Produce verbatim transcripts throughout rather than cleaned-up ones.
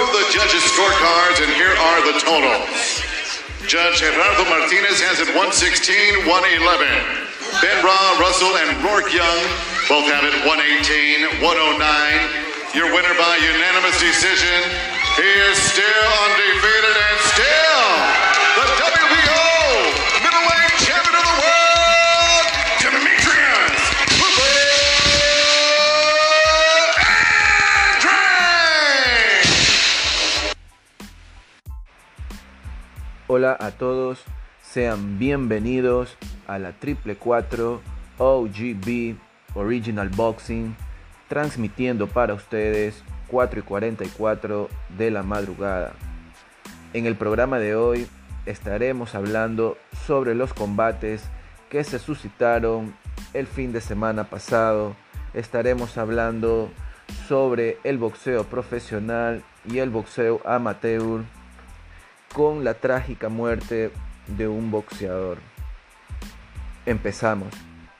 the judges' scorecards, and here are the totals. Judge Gerardo Martinez has it one sixteen, one eleven. Ben Ra, Russell, and Rourke Young both have it one eighteen, one oh nine. Your winner by unanimous decision, he is still undefeated and still the W B O middleweight champion of the world, Demetrius Andrade. Hola a todos, sean bienvenidos a la Triple Cuatro O G B Original Boxing, transmitiendo para ustedes cuatro y cuarenta y cuatro de la madrugada. En el programa de hoy estaremos hablando sobre los combates que se suscitaron el fin de semana pasado. Estaremos hablando sobre el boxeo profesional y el boxeo amateur, con la trágica muerte de un boxeador. Empezamos.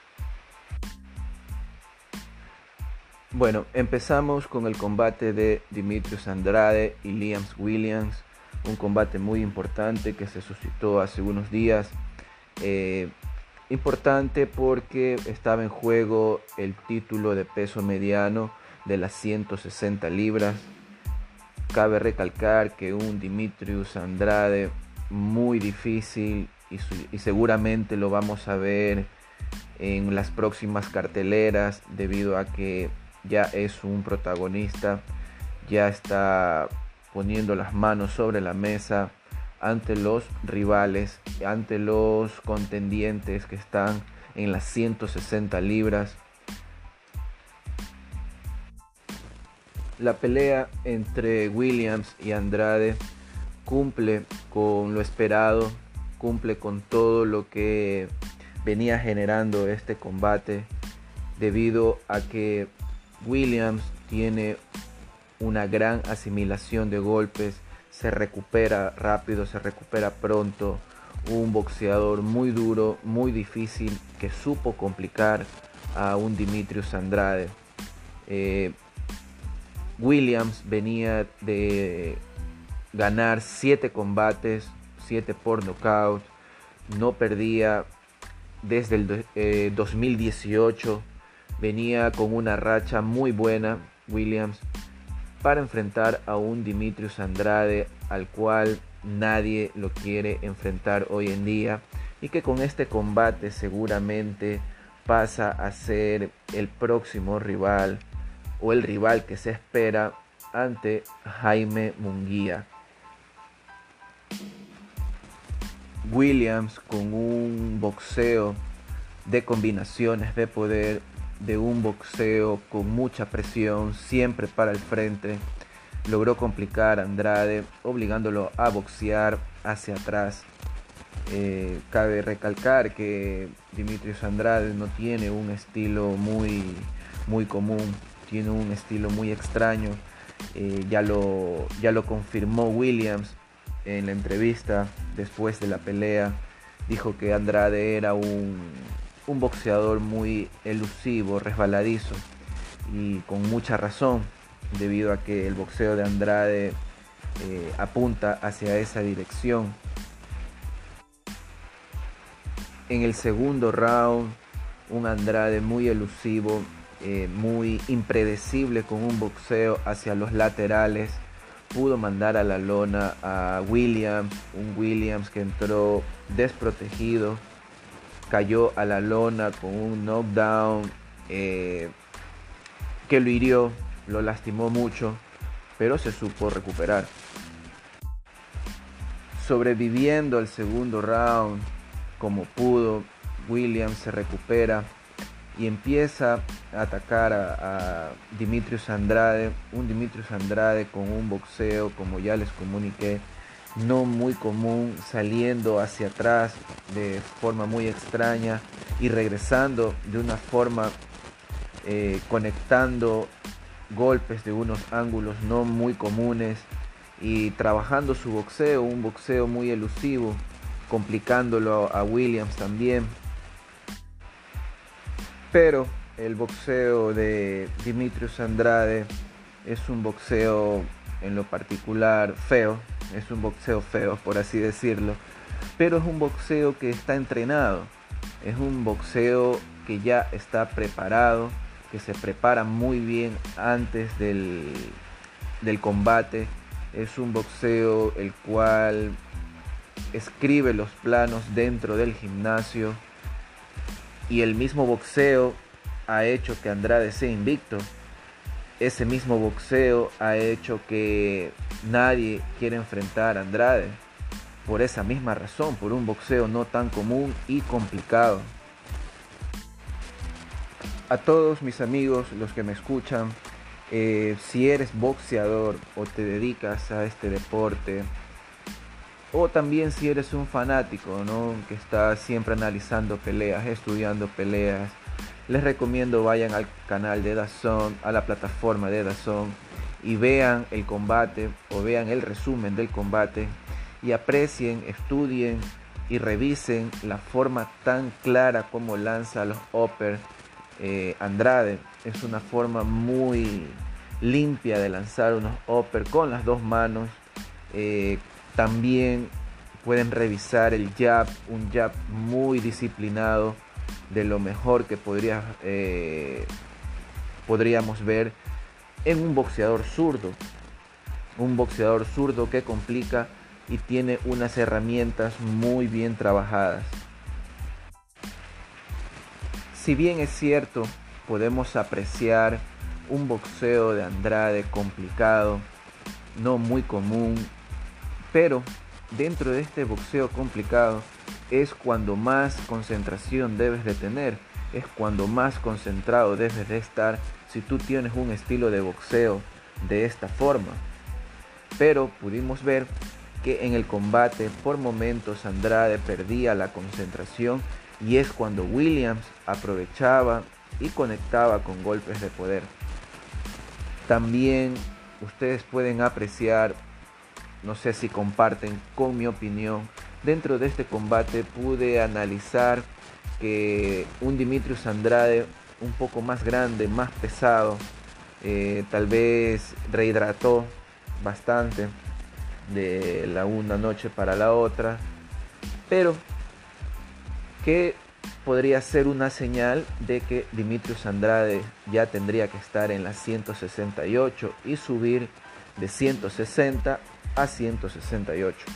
Bueno, empezamos con el combate de Demetrius Andrade y Liam Williams, un combate muy importante que se suscitó hace unos días. Eh, importante porque estaba en juego el título de peso mediano de las ciento sesenta libras. Cabe recalcar que un Demetrius Andrade muy difícil y, su, y seguramente lo vamos a ver en las próximas carteleras, debido a que ya es un protagonista, ya está poniendo las manos sobre la mesa ante los rivales, ante los contendientes que están en las ciento sesenta libras. La pelea entre Williams y Andrade cumple con lo esperado, cumple con todo lo que venía generando este combate, debido a que Williams tiene una gran asimilación de golpes, se recupera rápido, se recupera pronto, un boxeador muy duro, muy difícil, que supo complicar a un Demetrius Andrade. Eh, Williams venía de ganar siete combates, siete por nocaut, no perdía desde el eh, dos mil dieciocho, venía con una racha muy buena Williams para enfrentar a un Demetrius Andrade al cual nadie lo quiere enfrentar hoy en día, y que con este combate seguramente pasa a ser el próximo rival, o el rival que se espera ante Jaime Munguía. Williams, con un boxeo de combinaciones de poder, de un boxeo con mucha presión, siempre para el frente, logró complicar a Andrade, obligándolo a boxear hacia atrás. Eh, cabe recalcar que Demetrius Andrade no tiene un estilo muy, muy común, tiene un estilo muy extraño. Eh, ya, lo, ya lo confirmó Williams en la entrevista después de la pelea. Dijo que Andrade era un, un boxeador muy elusivo, resbaladizo, y con mucha razón, debido a que el boxeo de Andrade eh, apunta hacia esa dirección. En el segundo round, un Andrade muy elusivo, Eh, muy impredecible, con un boxeo hacia los laterales, pudo mandar a la lona a Williams, un Williams que entró desprotegido, cayó a la lona con un knockdown eh, que lo hirió, lo lastimó mucho, pero se supo recuperar. Sobreviviendo al segundo round como pudo, Williams se recupera y empieza a atacar a, a Demetrius Andrade, un Demetrius Andrade con un boxeo, como ya les comuniqué, no muy común, saliendo hacia atrás de forma muy extraña y regresando de una forma eh, conectando golpes de unos ángulos no muy comunes y trabajando su boxeo, un boxeo muy elusivo, complicándolo a Williams también. Pero el boxeo de Demetrius Andrade es un boxeo en lo particular feo, es un boxeo feo por así decirlo, pero es un boxeo que está entrenado, es un boxeo que ya está preparado, que se prepara muy bien antes del, del combate, es un boxeo el cual escribe los planos dentro del gimnasio y el mismo boxeo ha hecho que Andrade sea invicto. Ese mismo boxeo ha hecho que nadie quiera enfrentar a Andrade por esa misma razón, por un boxeo no tan común y complicado. A todos mis amigos, los que me escuchan, eh, si eres boxeador o te dedicas a este deporte, o también si eres un fanático, ¿no?, que está siempre analizando peleas, estudiando peleas, les recomiendo vayan al canal de DAZN, a la plataforma de DAZN, y vean el combate o vean el resumen del combate y aprecien, estudien y revisen la forma tan clara como lanza los upper eh, Andrade. Es una forma muy limpia de lanzar unos upper con las dos manos. Eh, también pueden revisar el jab, un jab muy disciplinado, de lo mejor que podría, eh, podríamos ver en un boxeador zurdo. Un boxeador zurdo que complica y tiene unas herramientas muy bien trabajadas. Si bien es cierto, podemos apreciar un boxeo de Andrade complicado, no muy común, pero dentro de este boxeo complicado es cuando más concentración debes de tener, es cuando más concentrado debes de estar si tú tienes un estilo de boxeo de esta forma. Pero pudimos ver que en el combate por momentos Andrade perdía la concentración y es cuando Williams aprovechaba y conectaba con golpes de poder. También ustedes pueden apreciar, no sé si comparten con mi opinión, dentro de este combate pude analizar que un Demetrius Andrade un poco más grande, más pesado, eh, tal vez rehidrató bastante de la una noche para la otra, pero que podría ser una señal de que Demetrius Andrade ya tendría que estar en las ciento sesenta y ocho y subir de ciento sesenta a ciento sesenta y ocho.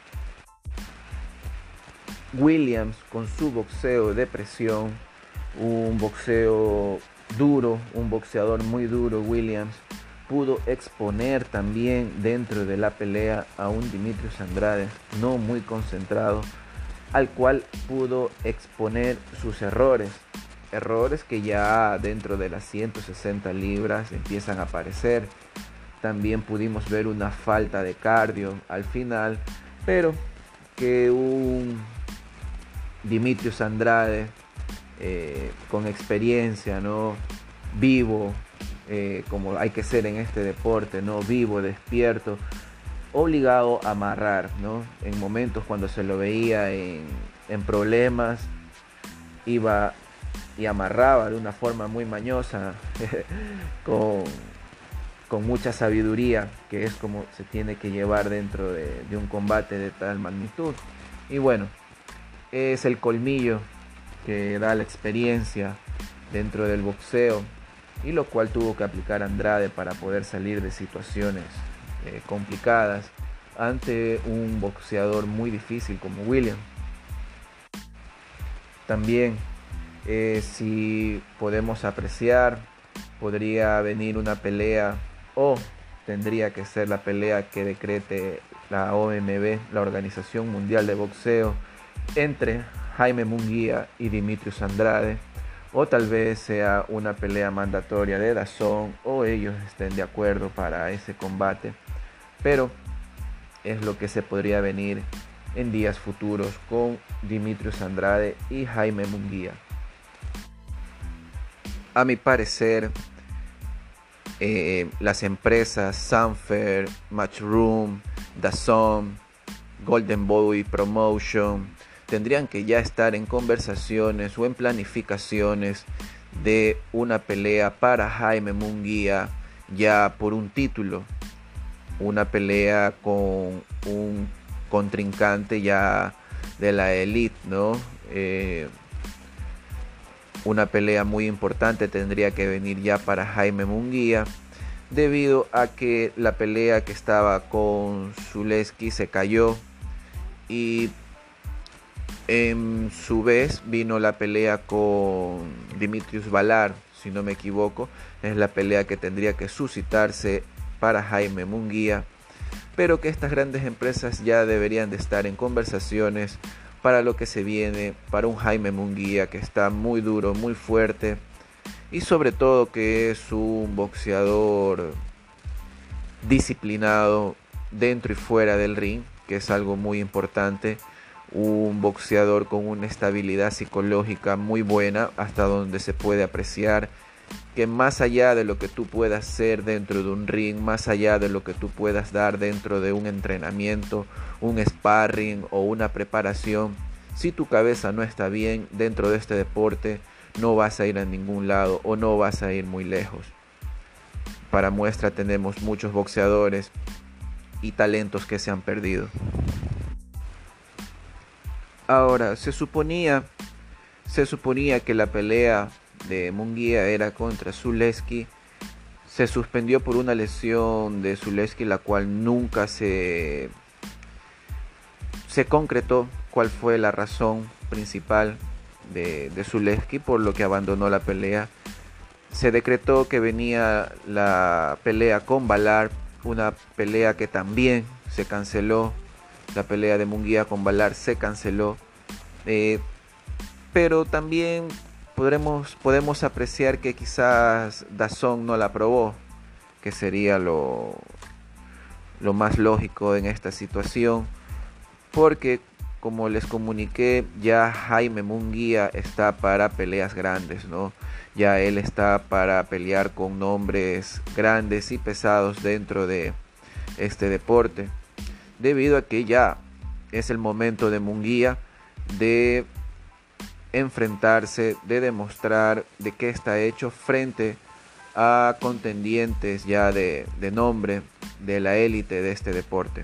Williams, con su boxeo de presión, un boxeo duro, un boxeador muy duro, Williams pudo exponer también dentro de la pelea a un Demetrius Andrade no muy concentrado, al cual pudo exponer sus errores, errores que ya dentro de las ciento sesenta libras empiezan a aparecer. También pudimos ver una falta de cardio al final, pero que un Demetrius Andrade eh, con experiencia, ¿no?, vivo, eh, como hay que ser en este deporte, ¿no?, vivo, despierto, obligado a amarrar, ¿no? En momentos cuando se lo veía en, en problemas, iba y amarraba de una forma muy mañosa, con, con mucha sabiduría, que es como se tiene que llevar dentro de, de un combate de tal magnitud. Y bueno, es el colmillo que da la experiencia dentro del boxeo, y lo cual tuvo que aplicar Andrade para poder salir de situaciones eh, complicadas ante un boxeador muy difícil como Williams. También eh, si podemos apreciar, podría venir una pelea, o tendría que ser la pelea que decrete la O M B, la Organización Mundial de Boxeo, entre Jaime Munguía y Demetrius Andrade, o tal vez sea una pelea mandatoria de DAZN, o ellos estén de acuerdo para ese combate, pero es lo que se podría venir en días futuros con Demetrius Andrade y Jaime Munguía. A mi parecer, eh, las empresas Sanfer, Matchroom, DAZN, Golden Boy Promotion tendrían que ya estar en conversaciones o en planificaciones de una pelea para Jaime Munguía ya por un título. una pelea con un contrincante ya de la elite, ¿no? Eh, una pelea muy importante tendría que venir ya para Jaime Munguía, debido a que la pelea que estaba con Zaleski se cayó y en su vez vino la pelea con Dimitrius Valar, si no me equivoco. Es la pelea que tendría que suscitarse para Jaime Munguía, pero que estas grandes empresas ya deberían de estar en conversaciones para lo que se viene, para un Jaime Munguía que está muy duro, muy fuerte, y sobre todo que es un boxeador disciplinado dentro y fuera del ring, que es algo muy importante. Un boxeador con una estabilidad psicológica muy buena, hasta donde se puede apreciar que más allá de lo que tú puedas hacer dentro de un ring, más allá de lo que tú puedas dar dentro de un entrenamiento, un sparring o una preparación, si tu cabeza no está bien dentro de este deporte, no vas a ir a ningún lado o no vas a ir muy lejos. Para muestra tenemos muchos boxeadores y talentos que se han perdido. Ahora, se suponía, se suponía que la pelea de Munguía era contra Zaleski. Se suspendió por una lesión de Zaleski, la cual nunca se, se concretó cuál fue la razón principal de, de Zaleski, por lo que abandonó la pelea. Se decretó que venía la pelea con Valar, una pelea que también se canceló. La pelea de Munguía con Valar se canceló, eh, pero también podremos, podemos apreciar que quizás DAZN no la aprobó, que sería lo, lo más lógico en esta situación, porque como les comuniqué, ya Jaime Munguía está para peleas grandes, ¿no? Ya él está para pelear con nombres grandes y pesados dentro de este deporte, debido a que ya es el momento de Munguía de enfrentarse, de demostrar de qué está hecho frente a contendientes ya de, de nombre, de la élite de este deporte.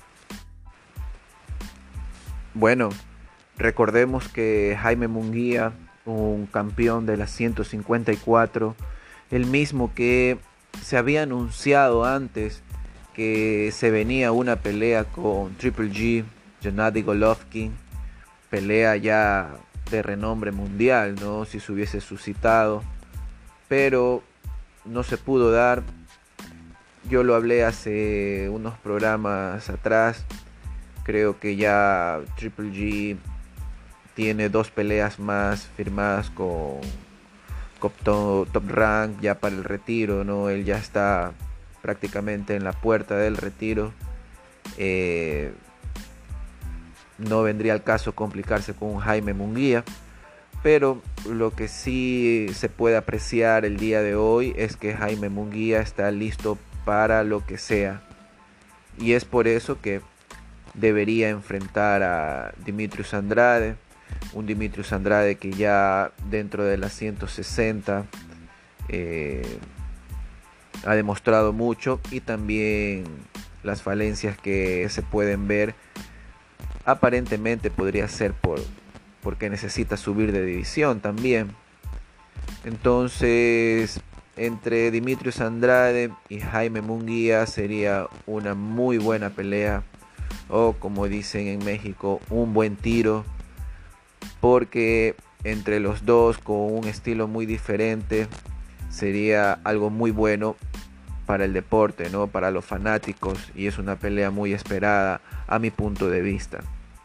Bueno, recordemos que Jaime Munguía, un campeón de las ciento cincuenta y cuatro, el mismo que se había anunciado antes que se venía una pelea con Triple G, Gennady Golovkin, pelea ya de renombre mundial, ¿no? Si se hubiese suscitado, pero no se pudo dar. Yo lo hablé hace unos programas atrás. Creo que ya Triple G tiene dos peleas más firmadas con, con Top, Top Rank ya para el retiro, ¿no? Él ya está prácticamente en la puerta del retiro. Eh, no vendría al caso complicarse con un Jaime Munguía, pero lo que sí se puede apreciar el día de hoy es que Jaime Munguía está listo para lo que sea, y es por eso que debería enfrentar a Dimitrius Andrade, un Dimitrius Andrade que ya dentro de las ciento sesenta eh, ha demostrado mucho, y también las falencias que se pueden ver aparentemente podría ser por porque necesita subir de división también. Entonces, entre Dimitrius Andrade y Jaime Munguía sería una muy buena pelea, o como dicen en México, un buen tiro, porque entre los dos, con un estilo muy diferente, sería algo muy bueno para el deporte, ¿no? Para los fanáticos, y es una pelea muy esperada a mi punto de vista.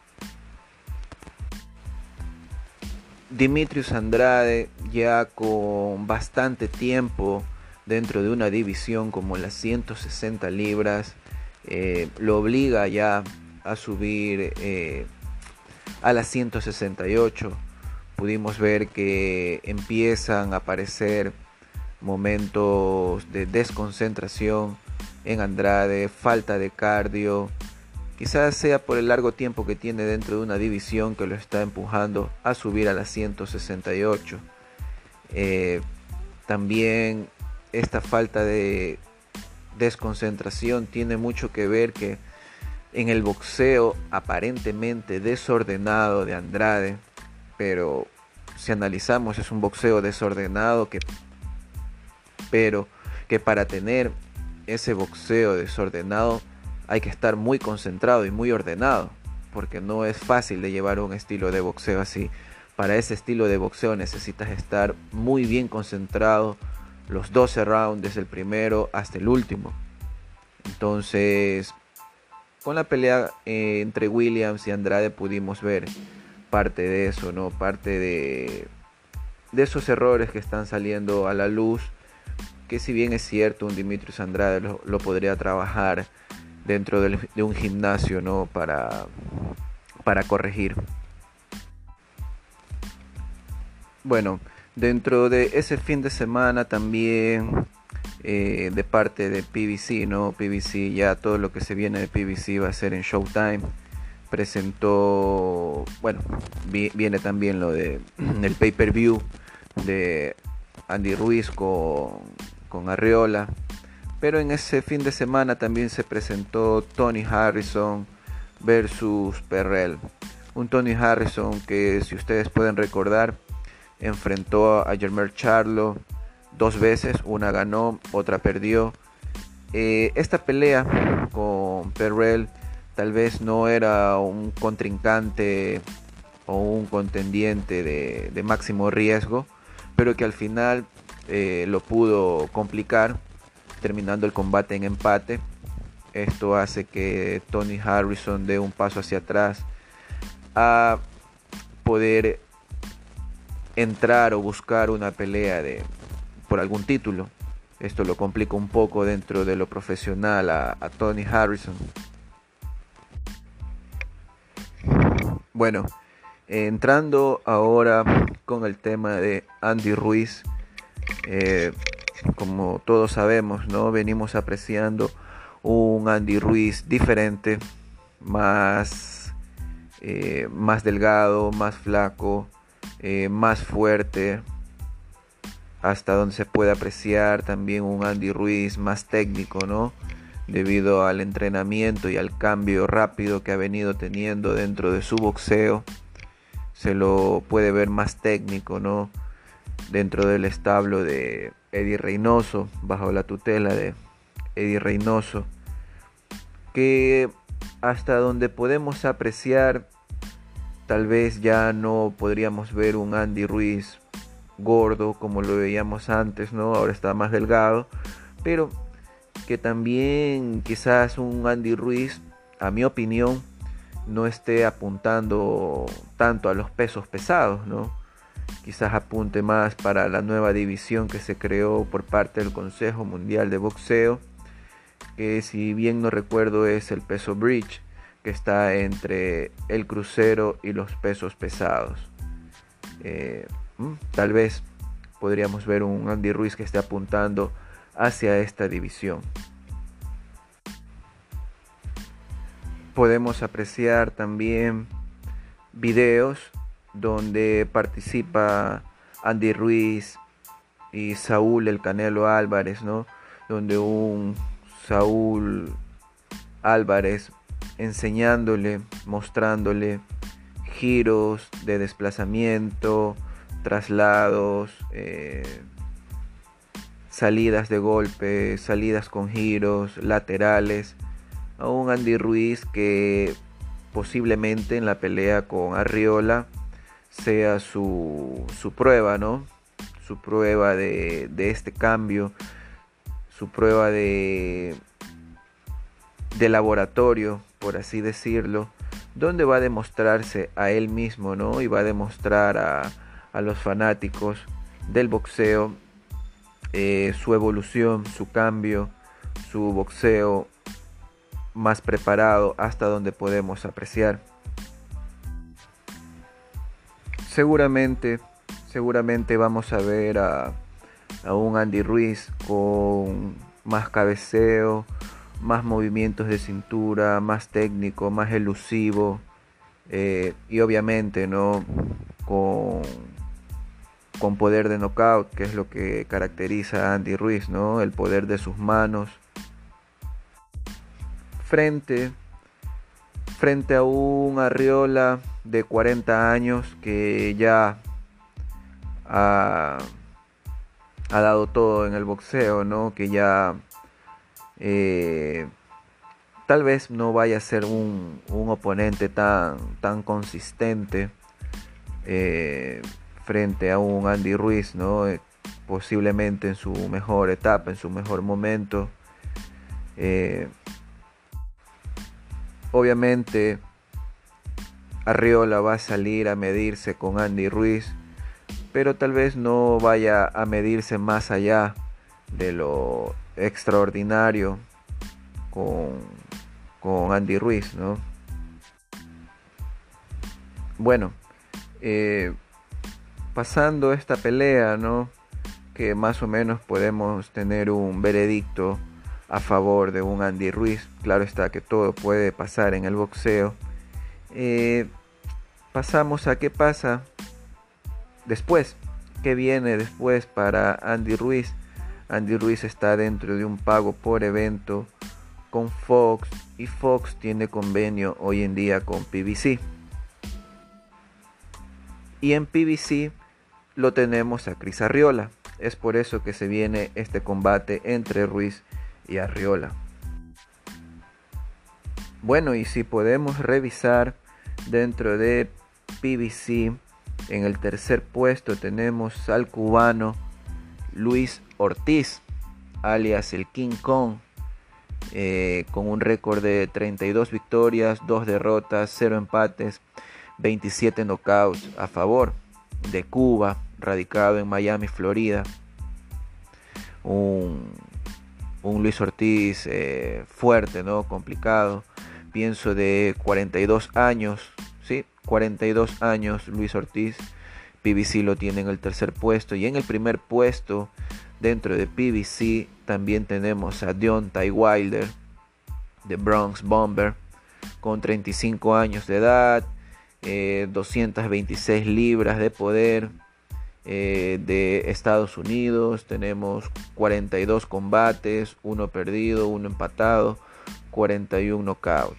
Dimitrius Andrade, ya con bastante tiempo dentro de una división como las ciento sesenta libras, eh, lo obliga ya a subir eh, a las ciento sesenta y ocho. Pudimos ver que empiezan a aparecer momentos de desconcentración en Andrade, falta de cardio. Quizás sea por el largo tiempo que tiene dentro de una división que lo está empujando a subir a las ciento sesenta y ocho. Eh, también esta falta de desconcentración tiene mucho que ver que en el boxeo aparentemente desordenado de Andrade, pero si analizamos es un boxeo desordenado que, pero que para tener ese boxeo desordenado hay que estar muy concentrado y muy ordenado, porque no es fácil de llevar un estilo de boxeo así. Para ese estilo de boxeo necesitas estar muy bien concentrado los doce rounds, desde el primero hasta el último. Entonces, con la pelea eh, entre Williams y Andrade pudimos ver parte de eso, ¿no? Parte de, de esos errores que están saliendo a la luz, que si bien es cierto, un Demetrius Andrade lo, lo podría trabajar dentro de, de un gimnasio, ¿no? Para, para corregir. Bueno, dentro de ese fin de semana también eh, de parte de P B C, ¿no? P B C, ya todo lo que se viene de P B C va a ser en Showtime. Presentó, bueno, vi, viene también lo de el pay-per-view de Andy Ruiz con, con Arreola. Pero en ese fin de semana también se presentó Tony Harrison versus Perrell. Un Tony Harrison que, si ustedes pueden recordar, enfrentó a Jermell Charlo dos veces, una ganó, otra perdió. Eh, esta pelea con Perrell tal vez no era un contrincante o un contendiente de, de máximo riesgo, pero que al final eh, lo pudo complicar, terminando el combate en empate. Esto hace que Tony Harrison dé un paso hacia atrás a poder entrar o buscar una pelea de, por algún título. Esto lo complica un poco dentro de lo profesional a, a Tony Harrison. Bueno, eh, entrando ahora con el tema de Andy Ruiz, eh, como todos sabemos, ¿no? Venimos apreciando un Andy Ruiz diferente, más, eh, más delgado, más flaco, Eh, más fuerte, hasta donde se puede apreciar también un Andy Ruiz más técnico, ¿no? Debido al entrenamiento y al cambio rápido que ha venido teniendo dentro de su boxeo, se lo puede ver más técnico, ¿no? Dentro del establo de Eddie Reynoso, bajo la tutela de Eddie Reynoso, que hasta donde podemos apreciar, tal vez ya no podríamos ver un Andy Ruiz gordo como lo veíamos antes, ¿no? Ahora está más delgado, pero que también quizás un Andy Ruiz, a mi opinión, no esté apuntando tanto a los pesos pesados, ¿no? Quizás apunte más para la nueva división que se creó por parte del Consejo Mundial de Boxeo, que si bien no recuerdo es el peso bridge, que está entre el crucero y los pesos pesados. Eh, tal vez podríamos ver un Andy Ruiz que esté apuntando hacia esta división. Podemos apreciar también videos donde participa Andy Ruiz y Saúl El Canelo Álvarez, ¿no? Donde un Saúl Álvarez enseñándole, mostrándole giros de desplazamiento, traslados, eh, salidas de golpe, salidas con giros, laterales, a un Andy Ruiz que posiblemente en la pelea con Arreola sea su, su prueba, ¿no? Su prueba de, de este cambio, su prueba de, de laboratorio, por así decirlo, donde va a demostrarse a él mismo, ¿no? Y va a demostrar a, a los fanáticos del boxeo eh, su evolución, su cambio, su boxeo más preparado hasta donde podemos apreciar. Seguramente, seguramente vamos a ver a, a un Andy Ruiz con más cabeceo, más movimientos de cintura, más técnico, más elusivo, eh, y obviamente, ¿no? con, con poder de knockout, que es lo que caracteriza a Andy Ruiz, ¿no? El poder de sus manos, frente, frente a un Arreola de cuarenta años que ya ha, ha dado todo en el boxeo, ¿no? Que ya eh, tal vez no vaya a ser un, un oponente tan, tan consistente eh, frente a un Andy Ruiz, ¿no? Eh, posiblemente en su mejor etapa, en su mejor momento. Eh, obviamente Arreola va a salir a medirse con Andy Ruiz, pero tal vez no vaya a medirse más allá de lo extraordinario con, con Andy Ruiz, ¿no? Bueno, eh, pasando esta pelea, ¿no? Que más o menos podemos tener un veredicto a favor de un Andy Ruiz. Claro está que todo puede pasar en el boxeo. Eh, pasamos a qué pasa después. ¿Qué viene después para Andy Ruiz? Andy Ruiz está dentro de un pago por evento con Fox, y Fox tiene convenio hoy en día con P B C. Y en P B C lo tenemos a Chris Arreola. Es por eso que se viene este combate entre Ruiz y Arreola. Bueno, y si podemos revisar dentro de P B C, en el tercer puesto tenemos al cubano Luis Ortiz, alias el King Kong, eh, con un récord de treinta y dos victorias, dos derrotas, cero empates, veintisiete knockouts a favor, de Cuba, radicado en Miami, Florida. Un, un Luis Ortiz eh, fuerte, ¿no? Complicado. Pienso de cuarenta y dos años, ¿sí? cuarenta y dos años Luis Ortiz. P B C lo tiene en el tercer puesto. Y en el primer puesto, dentro de P B C, también tenemos a Deontay Wilder, de Bronx Bomber, con treinta y cinco años de edad, eh, doscientas veintiséis libras de poder, eh, de Estados Unidos. Tenemos cuarenta y dos combates, uno perdido, uno empatado, cuarenta y uno knockouts.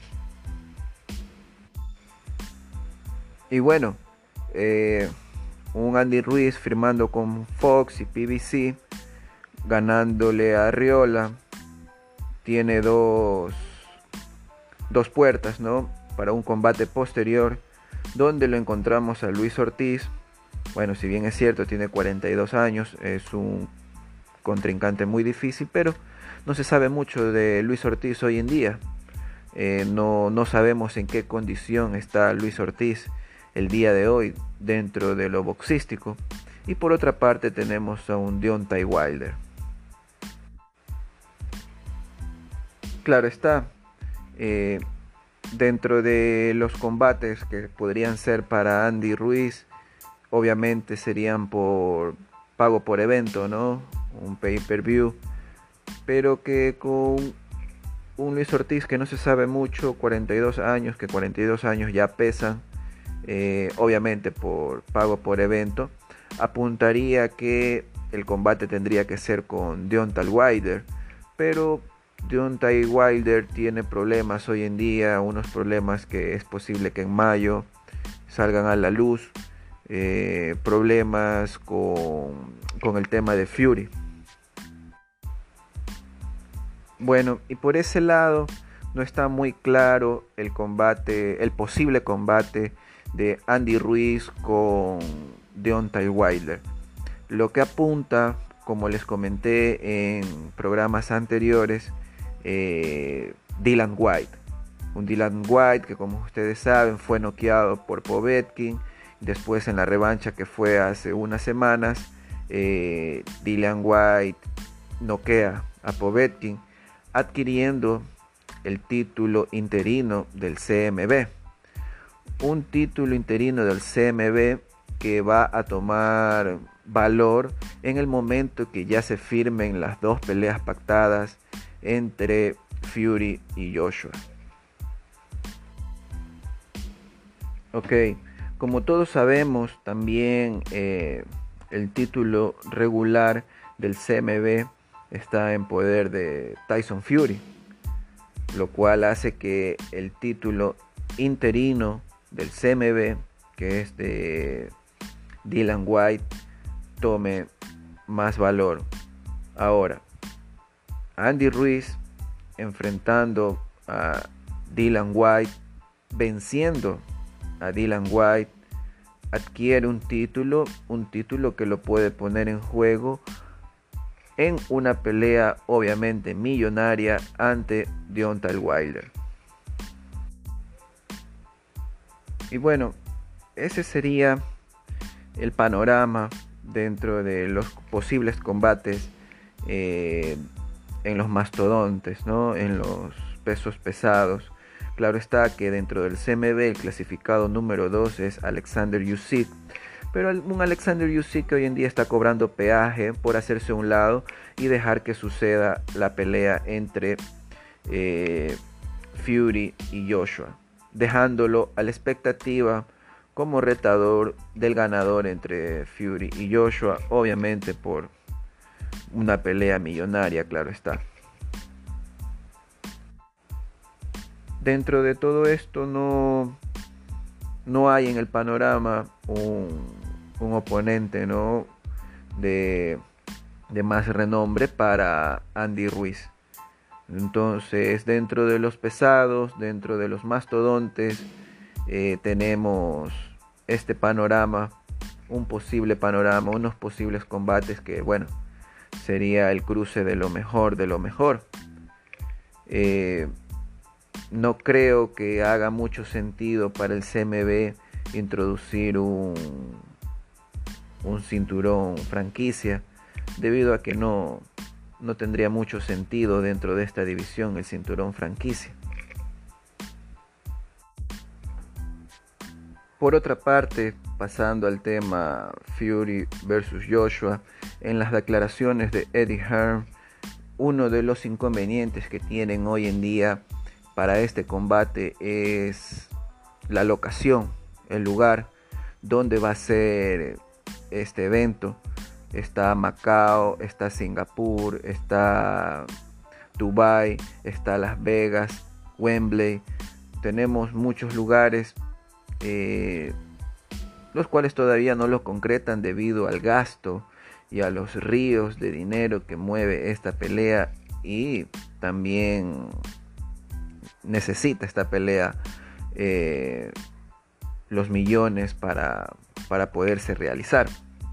Y bueno, eh, un Andy Ruiz firmando con Fox y P B C, ganándole a Arreola. Tiene dos, dos puertas, ¿no? Para un combate posterior, donde lo encontramos a Luis Ortiz. Bueno, si bien es cierto, tiene cuarenta y dos años, es un contrincante muy difícil, pero no se sabe mucho de Luis Ortiz hoy en día. Eh, no, no sabemos en qué condición está Luis Ortiz el día de hoy dentro de lo boxístico. Y por otra parte tenemos a un Deontay Wilder. Claro está, eh, dentro de los combates que podrían ser para Andy Ruiz, obviamente serían por pago por evento, ¿no? Un pay-per-view, pero que con un Luis Ortiz que no se sabe mucho, cuarenta y dos años, que cuarenta y dos años ya pesan, eh, obviamente por pago por evento, apuntaría que el combate tendría que ser con Deontay Wilder, pero Deontay Wilder tiene problemas hoy en día, unos problemas que es posible que en mayo salgan a la luz, eh, problemas con, con el tema de Fury. Bueno, y por ese lado no está muy claro el combate, el posible combate de Andy Ruiz con Deontay Wilder. Lo que apunta, como les comenté en programas anteriores, eh, Dillian Whyte. Un Dillian Whyte que, como ustedes saben, fue noqueado por Povetkin. Después, en la revancha que fue hace unas semanas, eh, Dillian Whyte noquea a Povetkin, adquiriendo el título interino del C M B. Un título interino del C M B que va a tomar valor en el momento que ya se firmen las dos peleas pactadas entre Fury y Joshua. Ok, como todos sabemos, también eh, el título regular del C M B está en poder de Tyson Fury. lo cual hace que el título interino del C M B, que es de Dillian Whyte, tome más valor. Ahora, Andy Ruiz enfrentando a Dillian Whyte, venciendo a Dillian Whyte, adquiere un título, un título que lo puede poner en juego en una pelea obviamente millonaria ante Deontay Wilder. Y bueno, ese sería el panorama dentro de los posibles combates eh, en los mastodontes, ¿no? En los pesos pesados. Claro está que dentro del C M B el clasificado número dos es Alexander Usyk, pero un Alexander Usyk que hoy en día está cobrando peaje por hacerse a un lado y dejar que suceda la pelea entre eh, Fury y Joshua, dejándolo a la expectativa como retador del ganador entre Fury y Joshua, obviamente por una pelea millonaria, claro está. Dentro de todo esto no, no hay en el panorama un, un oponente, ¿no? de, de más renombre para Andy Ruiz. Entonces, dentro de los pesados, dentro de los mastodontes, eh, tenemos este panorama, un posible panorama, unos posibles combates que, bueno, sería el cruce de lo mejor de lo mejor. Eh, no creo que haga mucho sentido para el C M B introducir un, un cinturón franquicia, debido a que no, no tendría mucho sentido dentro de esta división el cinturón franquicia. Por otra parte, pasando al tema Fury versus Joshua, en las declaraciones de Eddie Hearn, uno de los inconvenientes que tienen hoy en día para este combate es la locación, el lugar donde va a ser este evento. Está Macao, está Singapur, está Dubai, está Las Vegas, Wembley. Tenemos muchos lugares eh, los cuales todavía no lo concretan debido al gasto y a los ríos de dinero que mueve esta pelea, y también necesita esta pelea eh, los millones para, para poderse realizar.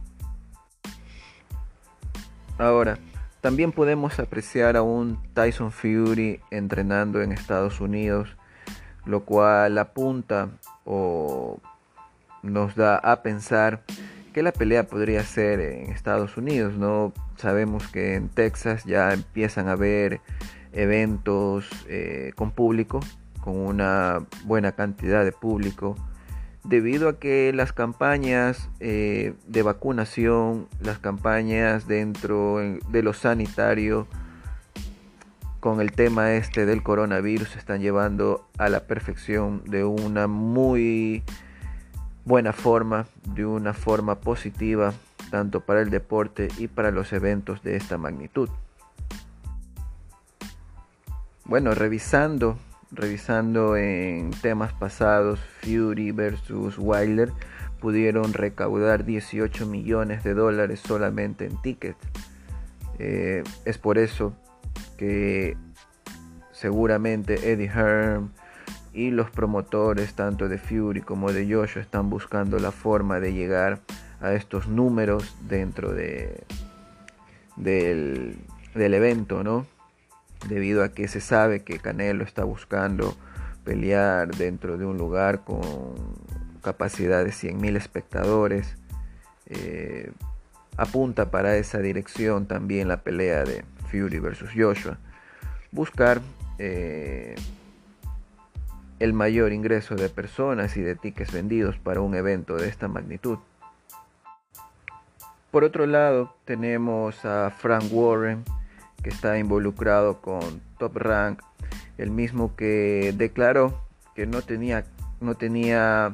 Ahora, también podemos apreciar a un Tyson Fury entrenando en Estados Unidos, lo cual apunta o nos da a pensar que la pelea podría ser en Estados Unidos, ¿no? Sabemos que en Texas ya empiezan a haber eventos eh, con público, con una buena cantidad de público, debido a que las campañas eh, de vacunación, las campañas dentro de lo sanitario, con el tema este del coronavirus, se están llevando a la perfección de una muy buena forma, de una forma positiva, tanto para el deporte y para los eventos de esta magnitud. Bueno, revisando, revisando en temas pasados, Fury versus Wilder pudieron recaudar dieciocho millones de dólares solamente en tickets. Eh, es por eso que seguramente Eddie Hearn y los promotores tanto de Fury como de Joshua están buscando la forma de llegar a estos números dentro de, del, del evento, ¿no? Debido a que se sabe que Canelo está buscando pelear dentro de un lugar con capacidad de cien mil espectadores. Eh, apunta para esa dirección también la pelea de Fury versus Joshua. Buscar eh, el mayor ingreso de personas y de tickets vendidos para un evento de esta magnitud. Por otro lado, tenemos a Frank Warren, que está involucrado con Top Rank, el mismo que declaró que no tenía, no tenía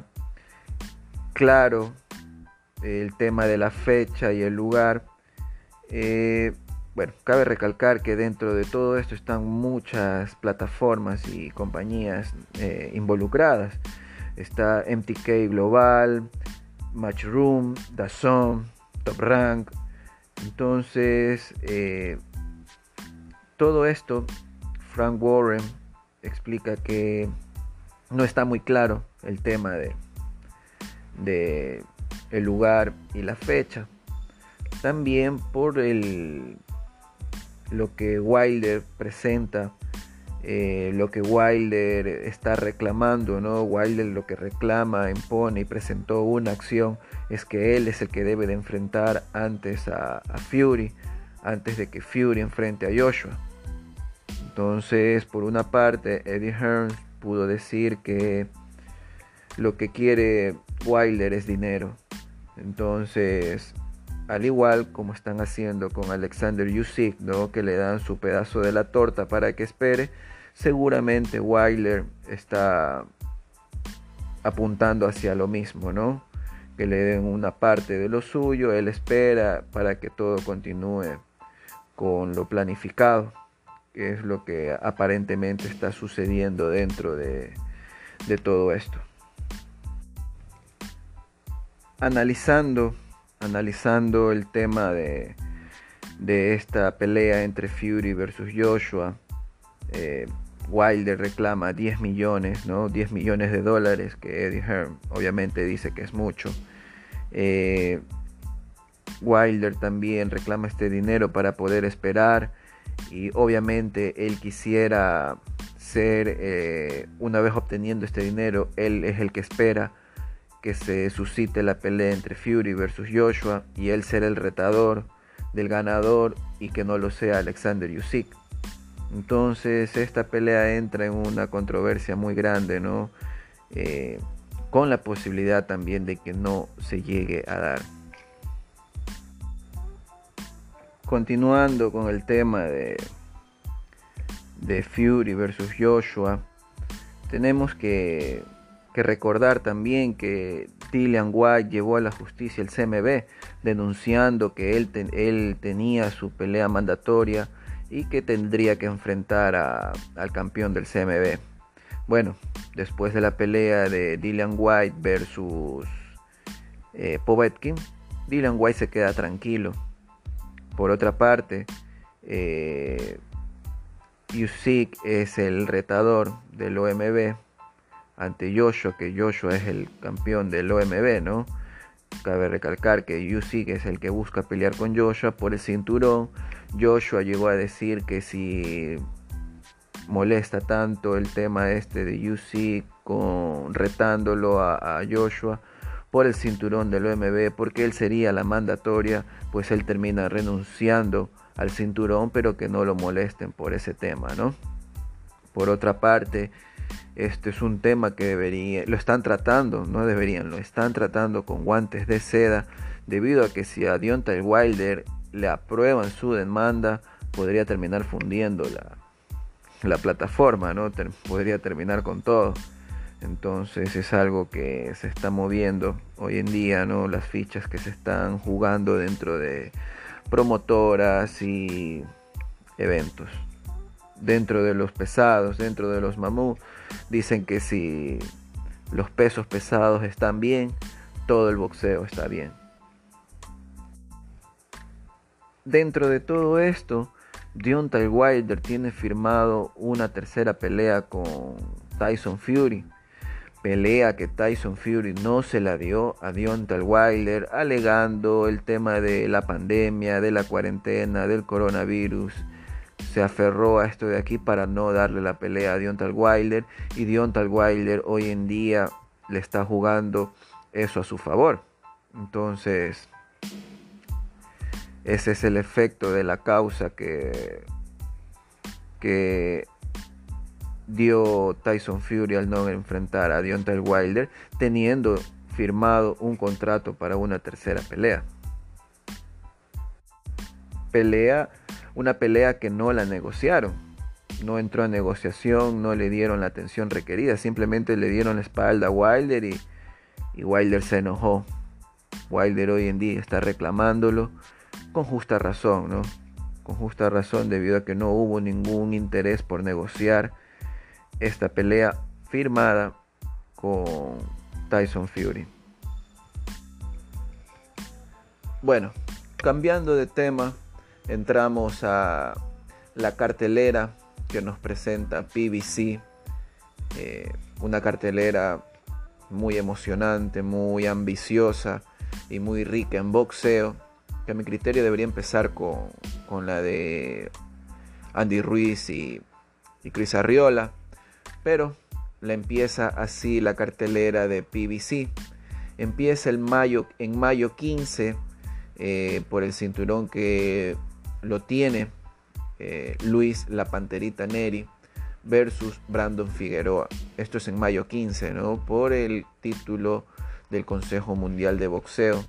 claro el tema de la fecha y el lugar. Eh, bueno, cabe recalcar que dentro de todo esto están muchas plataformas y compañías eh, involucradas. Está M T K Global, Matchroom, DAZN, Top Rank. Entonces, eh, todo esto, Frank Warren explica que no está muy claro el tema de, de el lugar y la fecha. También por el, lo que Wilder presenta, eh, lo que Wilder está reclamando, ¿no? Wilder lo que reclama, impone y presentó una acción es que él es el que debe de enfrentar antes a, a Fury, antes de que Fury enfrente a Joshua. Entonces, por una parte, Eddie Hearn pudo decir que lo que quiere Wilder es dinero. Entonces, al igual como están haciendo con Alexander Usyk, ¿no? Que le dan su pedazo de la torta para que espere, seguramente Wilder está apuntando hacia lo mismo, ¿no? Que le den una parte de lo suyo, él espera para que todo continúe con lo planificado, que es lo que aparentemente está sucediendo dentro de, de todo esto. Analizando, analizando el tema de, de esta pelea entre Fury versus Joshua, eh, Wilder reclama diez millones, ¿no? diez millones de dólares, que Eddie Hearn obviamente dice que es mucho. Eh, Wilder también reclama este dinero para poder esperar, y obviamente él quisiera ser, eh, una vez obteniendo este dinero, él es el que espera que se suscite la pelea entre Fury versus Joshua y él ser el retador del ganador y que no lo sea Alexander Usyk. Entonces esta pelea entra en una controversia muy grande, ¿no? Eh, con la posibilidad también de que no se llegue a dar. Continuando con el tema de, de Fury versus Joshua, tenemos que, que recordar también que Dillian Whyte llevó a la justicia el C M B denunciando que él, ten, él tenía su pelea mandatoria y que tendría que enfrentar a, al campeón del C M B. Bueno, después de la pelea de Dillian Whyte versus eh, Povetkin, Dillian Whyte se queda tranquilo. Por otra parte, eh, Usyk es el retador del O M B ante Joshua, que Joshua es el campeón del O M B, ¿no? Cabe recalcar que Usyk es el que busca pelear con Joshua por el cinturón. Joshua llegó a decir que si molesta tanto el tema este de Usyk con retándolo a, a Joshua por el cinturón del O M B, porque él sería la mandatoria, pues él termina renunciando al cinturón, pero que no lo molesten por ese tema, ¿no? Por otra parte, este es un tema que debería, lo están tratando, no deberían, lo están tratando con guantes de seda, debido a que si a Deontay Wilder le aprueban su demanda, podría terminar fundiendo la, la plataforma, ¿no? Ter- podría terminar con todo. Entonces es algo que se está moviendo hoy en día, ¿no? Las fichas que se están jugando dentro de promotoras y eventos. Dentro de los pesados, dentro de los mamú, dicen que si los pesos pesados están bien, todo el boxeo está bien. Dentro de todo esto, Deontay Wilder tiene firmado una tercera pelea con Tyson Fury. Pelea que Tyson Fury no se la dio a Deontay Wilder, alegando el tema de la pandemia, de la cuarentena, del coronavirus. Se aferró a esto de aquí para no darle la pelea a Deontay Wilder, y Deontay Wilder hoy en día le está jugando eso a su favor. Entonces, ese es el efecto de la causa que, que dio Tyson Fury al no enfrentar a Deontay Wilder, teniendo firmado un contrato para una tercera pelea. Pelea, una pelea que no la negociaron, no entró a negociación, no le dieron la atención requerida, simplemente le dieron la espalda a Wilder y, y Wilder se enojó. Wilder hoy en día está reclamándolo con justa razón, ¿no? con justa razón, debido a que no hubo ningún interés por negociar esta pelea firmada con Tyson Fury. Bueno, cambiando de tema, entramos a la cartelera que nos presenta P B C, eh, una cartelera muy emocionante, muy ambiciosa y muy rica en boxeo, que a mi criterio debería empezar con, con la de Andy Ruiz y, y Chris Arreola, pero la empieza así la cartelera de P B C. Empieza el mayo, en mayo quince eh, por el cinturón que lo tiene eh, Luis La Panterita Neri versus Brandon Figueroa. Esto es en mayo quince, ¿no? Por el título del Consejo Mundial de Boxeo.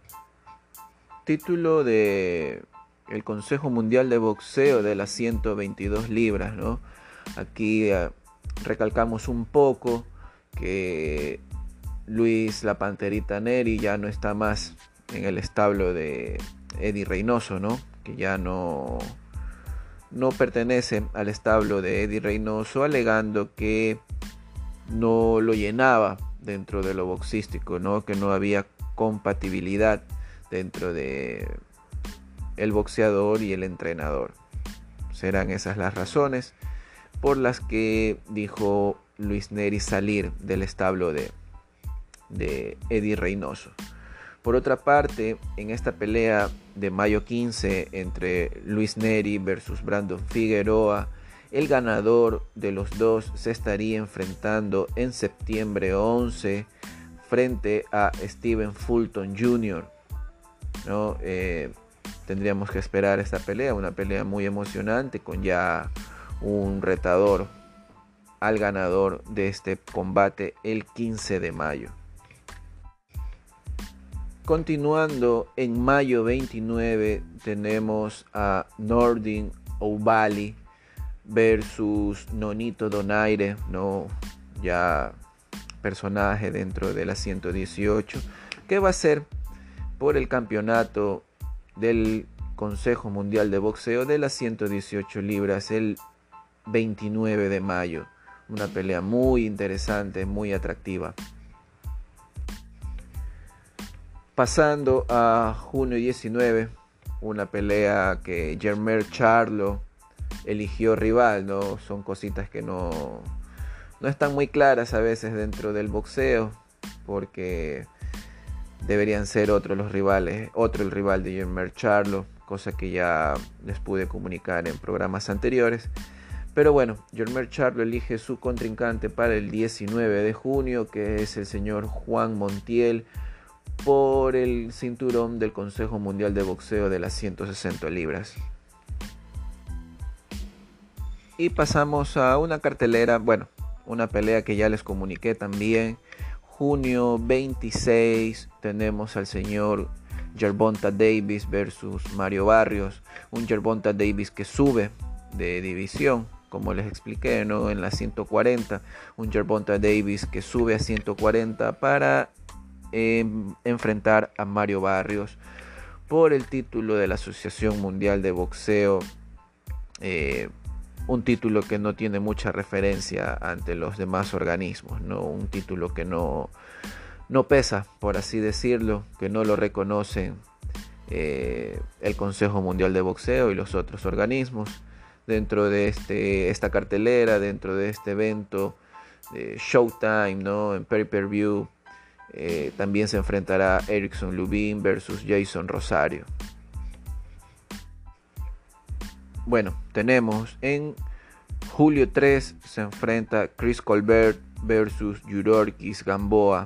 Título de el Consejo Mundial de Boxeo de las ciento veintidós libras, ¿no? Aquí eh, recalcamos un poco que Luis La Panterita Neri ya no está más en el establo de Eddie Reynoso, ¿no? Que ya no, no pertenece al establo de Eddie Reynoso, alegando que no lo llenaba dentro de lo boxístico, ¿no? Que no había compatibilidad dentro de el boxeador y el entrenador. Serán esas las razones por las que dijo Luis Neri salir del establo de, de Eddie Reynoso. Por otra parte, en esta pelea de mayo quince entre Luis Neri versus Brandon Figueroa, el ganador de los dos se estaría enfrentando en septiembre once frente a Stephen Fulton junior, ¿no? Eh, tendríamos que esperar esta pelea, una pelea muy emocionante con ya un retador al ganador de este combate el quince de mayo. Continuando, en mayo veintinueve tenemos a Nordin Oubaali versus Nonito Donaire, ¿no? Ya personaje dentro de la ciento dieciocho, que va a ser por el campeonato del Consejo Mundial de Boxeo de las ciento dieciocho libras el veintinueve de mayo. Una pelea muy interesante, muy atractiva. Pasando a junio diecinueve, una pelea que Jermell Charlo eligió rival, ¿no? Son cositas que no, no están muy claras a veces dentro del boxeo, porque deberían ser otros los rivales, otro el rival de Jermell Charlo, cosa que ya les pude comunicar en programas anteriores. Pero bueno, Jermell Charlo elige su contrincante para el diecinueve de junio, que es el señor Juan Montiel, por el cinturón del Consejo Mundial de Boxeo de las ciento sesenta libras. Y pasamos a una cartelera, bueno, una pelea que ya les comuniqué también. Junio veintiséis tenemos al señor Gervonta Davis versus Mario Barrios. Un Gervonta Davis que sube de división, como les expliqué, ¿no? En la ciento cuarenta. Un Gervonta Davis que sube a ciento cuarenta para eh, enfrentar a Mario Barrios por el título de la Asociación Mundial de Boxeo. Eh, un título que no tiene mucha referencia ante los demás organismos, ¿no? Un título que no, no pesa, por así decirlo, que no lo reconocen eh, el Consejo Mundial de Boxeo y los otros organismos. Dentro de este, esta cartelera, dentro de este evento de Showtime, ¿no? En pay-per-view, eh, también se enfrentará Erickson Lubin versus Jason Rosario. Bueno, tenemos en julio tres se enfrenta Chris Colbert versus Yuriorkis Gamboa.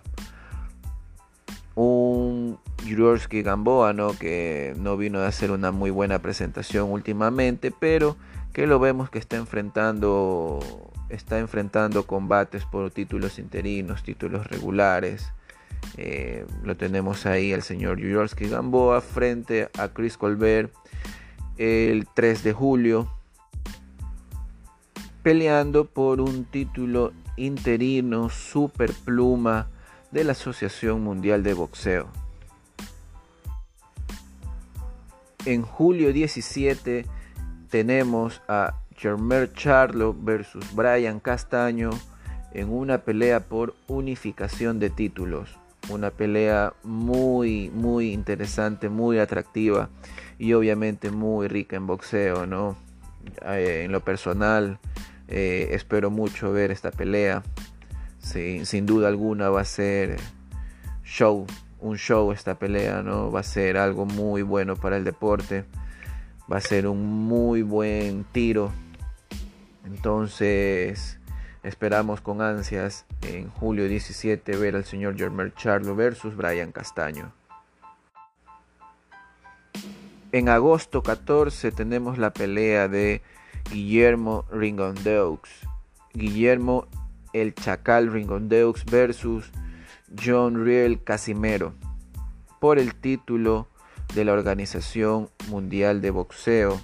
Un Yuriorkis Gamboa, ¿no? Que no vino a hacer una muy buena presentación últimamente, pero que lo vemos que está enfrentando, está enfrentando combates por títulos interinos, títulos regulares. Eh, lo tenemos ahí al señor Yuriorkis Gamboa frente a Chris Colbert el tres de julio, peleando por un título interino superpluma de la Asociación Mundial de Boxeo. En julio diecisiete tenemos a Jermell Charlo versus Brian Castaño en una pelea por unificación de títulos. Una pelea muy, muy interesante, muy atractiva y obviamente muy rica en boxeo, ¿no? Eh, en lo personal, eh, espero mucho ver esta pelea. Sí, sin duda alguna va a ser show, un show esta pelea, ¿no? Va a ser algo muy bueno para el deporte. Va a ser un muy buen tiro. Entonces esperamos con ansias en julio diecisiete ver al señor Jermell Charlo versus Brian Castaño. En agosto catorce tenemos la pelea de Guillermo Rigondeaux. Guillermo el Chacal Rigondeaux versus John Riel Casimero por el título de la Organización Mundial de Boxeo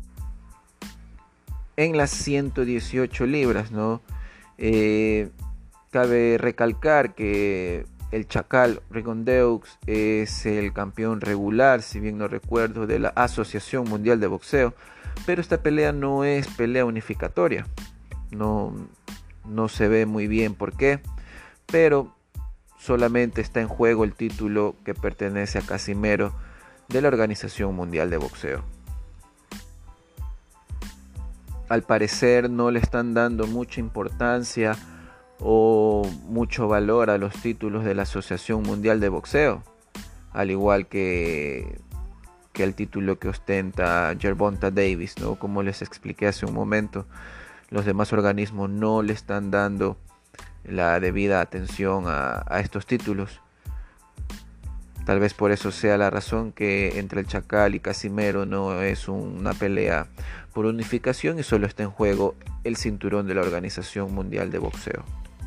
en las ciento dieciocho libras, ¿no? Eh, cabe recalcar que el Chacal Rigondeaux es el campeón regular, si bien no recuerdo, de la Asociación Mundial de Boxeo, pero esta pelea no es pelea unificatoria. No, no se ve muy bien por qué, pero solamente está en juego el título que pertenece a Casimero de la Organización Mundial de Boxeo. Al parecer no le están dando mucha importancia o mucho valor a los títulos de la Asociación Mundial de Boxeo, al igual que, que el título que ostenta Gervonta Davis, ¿no? Como les expliqué hace un momento, los demás organismos no le están dando la debida atención a, a estos títulos. Tal vez por eso sea la razón que entre el Chacal y Casimero no es una pelea por unificación y solo está en juego el cinturón de la Organización Mundial de Boxeo.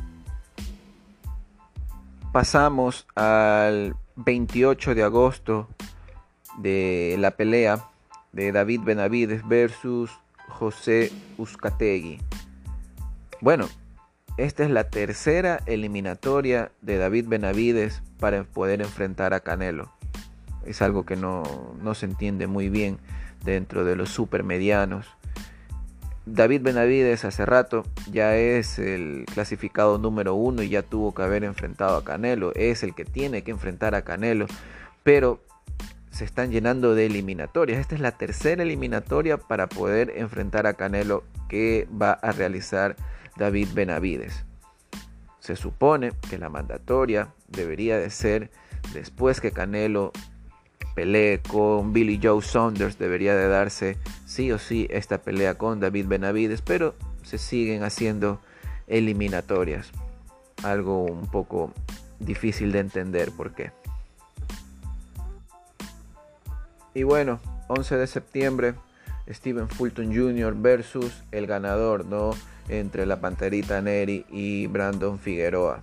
Pasamos al veintiocho de agosto de la pelea de David Benavides versus José Uzcategui. Bueno, esta es la tercera eliminatoria de David Benavides para poder enfrentar a Canelo. Es algo que no, no se entiende muy bien dentro de los supermedianos. David Benavides hace rato ya es el clasificado número uno y ya tuvo que haber enfrentado a Canelo. Es el que tiene que enfrentar a Canelo, pero se están llenando de eliminatorias. Esta es la tercera eliminatoria para poder enfrentar a Canelo que va a realizar David Benavides. Se supone que la mandatoria debería de ser después que Canelo pelee con Billy Joe Saunders, debería de darse sí o sí esta pelea con David Benavides, pero se siguen haciendo eliminatorias. Algo un poco difícil de entender por qué. Y bueno, once de septiembre, Stephen Fulton junior versus el ganador, ¿no? Entre la Panterita Neri y Brandon Figueroa.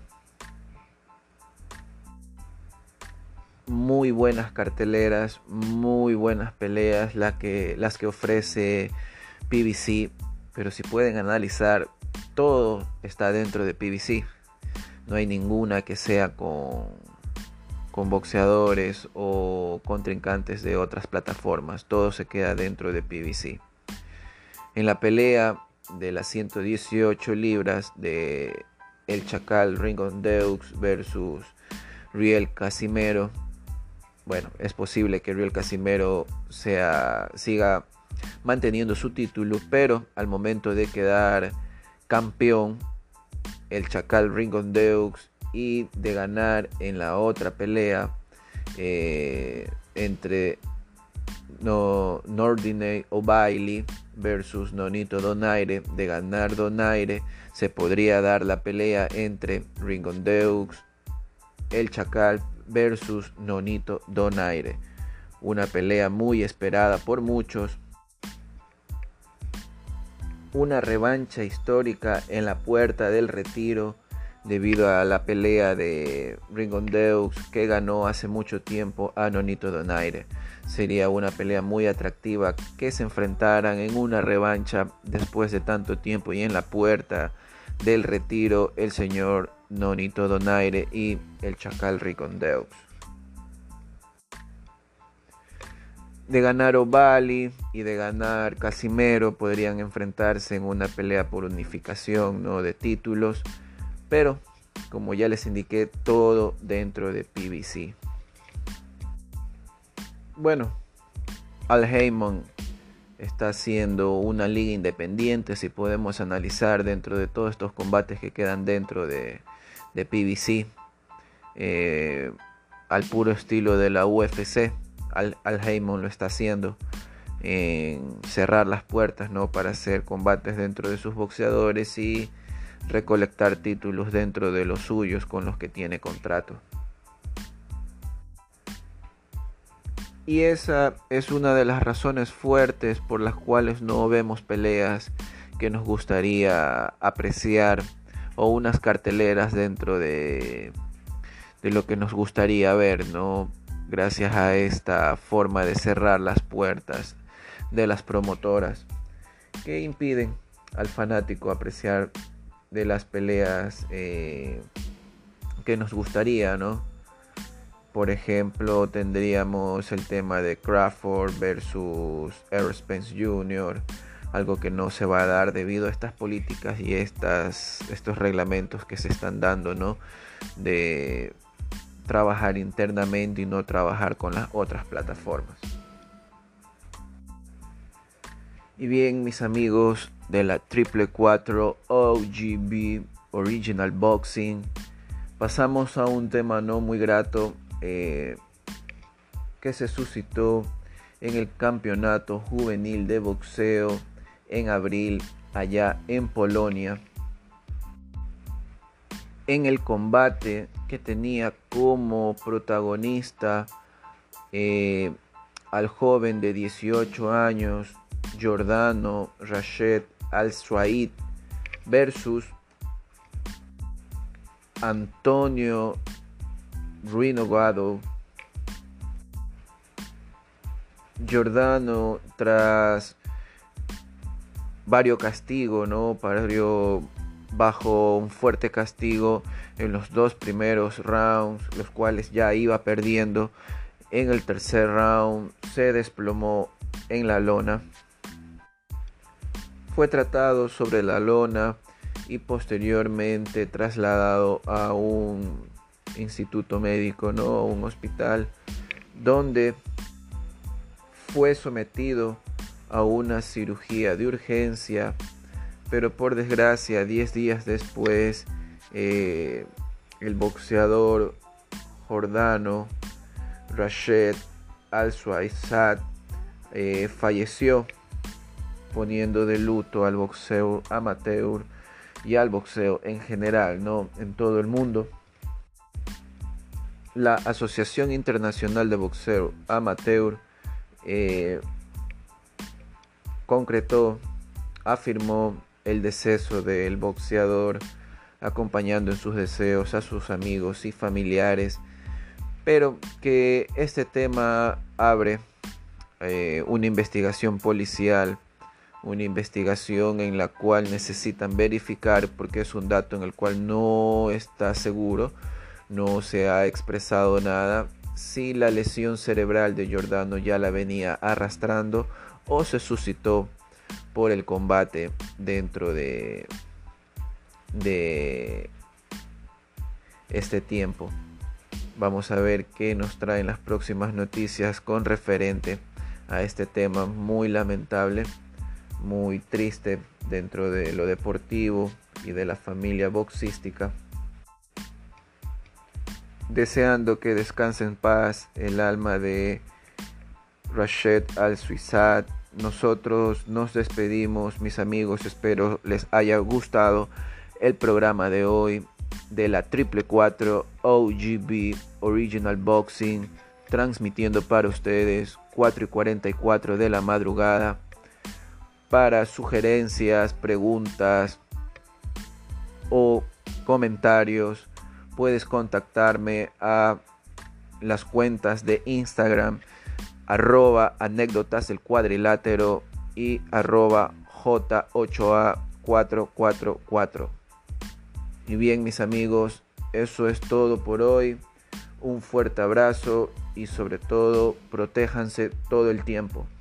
Muy buenas carteleras, muy buenas peleas las que, las que ofrece P B C, pero si pueden analizar, todo está dentro de P B C. No hay ninguna que sea con, con boxeadores o contrincantes de otras plataformas, todo se queda dentro de P B C. En la pelea de las ciento dieciocho libras de el Chacal Rigondeaux versus Riel Casimero, bueno, es posible que Riel Casimero sea, siga manteniendo su título, pero al momento de quedar campeón el Chacal Rigondeaux y de ganar en la otra pelea eh, entre no, Nordine O'Bailey versus Nonito Donaire, de ganar Donaire, se podría dar la pelea entre Rigondeaux, el Chacal versus Nonito Donaire. Una pelea muy esperada por muchos. Una revancha histórica en la puerta del retiro debido a la pelea de Rigondeaux que ganó hace mucho tiempo a Nonito Donaire. Sería una pelea muy atractiva que se enfrentaran en una revancha después de tanto tiempo y en la puerta del retiro el señor Nonito Donaire y el Chacal Rigondeaux. De ganar O'Bailey y de ganar Casimero podrían enfrentarse en una pelea por unificación, ¿no?, de títulos, pero como ya les indiqué, todo dentro de P B C. Bueno, Al Haymon está haciendo una liga independiente, si podemos analizar dentro de todos estos combates que quedan dentro de, de P B C, eh, al puro estilo de la U F C. Al, Al Haymon lo está haciendo, en cerrar las puertas, ¿no?, para hacer combates dentro de sus boxeadores y recolectar títulos dentro de los suyos con los que tiene contrato. Y esa es una de las razones fuertes por las cuales no vemos peleas que nos gustaría apreciar o unas carteleras dentro de, de lo que nos gustaría ver, ¿no? Gracias a esta forma de cerrar las puertas de las promotoras que impiden al fanático apreciar de las peleas eh, que nos gustaría, ¿no? Por ejemplo, tendríamos el tema de Crawford versus Errol Spence junior, algo que no se va a dar debido a estas políticas y estas, estos reglamentos que se están dando, ¿no?, de trabajar internamente y no trabajar con las otras plataformas. Y bien, mis amigos de la Triple Cuatro O G B Original Boxing, pasamos a un tema no muy grato eh, que se suscitó en el campeonato juvenil de boxeo en abril allá en Polonia, en el combate que tenía como protagonista eh, al joven de dieciocho años Jordano Rashid Al-Swaid versus Antonio Rinogado. Jordano, tras varios castigos, ¿no? Parió bajo un fuerte castigo en los dos primeros rounds, los cuales ya iba perdiendo. En el tercer round se desplomó en la lona. Fue tratado sobre la lona y posteriormente trasladado a un instituto médico, ¿no?, un hospital, donde fue sometido a una cirugía de urgencia, pero por desgracia diez días después eh, el boxeador Jordano Rashid Al-Swaid eh, falleció, poniendo de luto al boxeo amateur y al boxeo en general, ¿no?, en todo el mundo. La Asociación Internacional de Boxeo Amateur eh, concretó, afirmó el deceso del boxeador, acompañando en sus deseos a sus amigos y familiares, pero que este tema abre eh, una investigación policial, una investigación en la cual necesitan verificar, porque es un dato en el cual no está seguro, no se ha expresado nada, si la lesión cerebral de Jordano ya la venía arrastrando o se suscitó por el combate dentro de, de este tiempo. Vamos a ver qué nos traen las próximas noticias con referente a este tema muy lamentable, muy triste dentro de lo deportivo y de la familia boxística. Deseando que descanse en paz el alma de Rashid Al-Swaid. Nosotros nos despedimos, mis amigos. Espero les haya gustado el programa de hoy de la Triple Cuatro O G B Original Boxing, transmitiendo para ustedes cuatro y cuarenta y cuatro de la madrugada. Para sugerencias, preguntas o comentarios, puedes contactarme a las cuentas de Instagram arroba anécdotas el cuadrilátero y arroba J ocho A cuatro cuatro cuatro. Y bien, mis amigos, eso es todo por hoy. Un fuerte abrazo y sobre todo, protéjanse todo el tiempo.